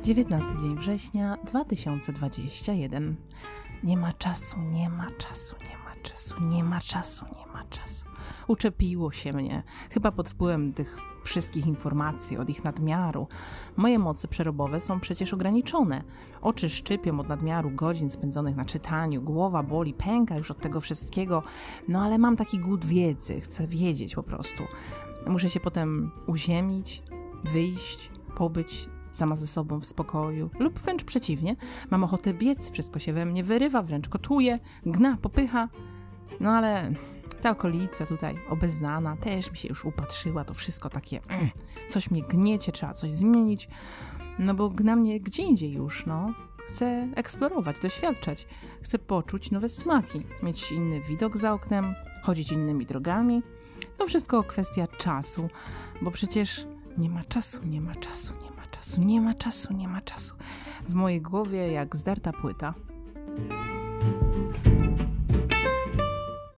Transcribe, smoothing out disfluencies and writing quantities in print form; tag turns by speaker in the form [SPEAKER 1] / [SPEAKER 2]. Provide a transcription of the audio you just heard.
[SPEAKER 1] 19 dzień września 2021. Nie ma czasu. Uczepiło się mnie, chyba pod wpływem tych wszystkich informacji, od ich nadmiaru. Moje moce przerobowe są przecież ograniczone. Oczy szczypią od nadmiaru godzin spędzonych na czytaniu, głowa boli, pęka już od tego wszystkiego, no ale mam taki głód wiedzy, chcę wiedzieć po prostu. Muszę się potem uziemić, wyjść, pobyć sama ze sobą w spokoju, lub wręcz przeciwnie, mam ochotę biec, wszystko się we mnie wyrywa, wręcz kotuje, gna, popycha. No ale ta okolica tutaj obeznana też mi się już upatrzyła, to wszystko takie, coś mnie gniecie, trzeba coś zmienić, no bo gna mnie gdzie indziej już, no. Chcę eksplorować, doświadczać, chcę poczuć nowe smaki, mieć inny widok za oknem, chodzić innymi drogami. To wszystko kwestia czasu, bo przecież nie ma czasu. W mojej głowie jak zdarta płyta.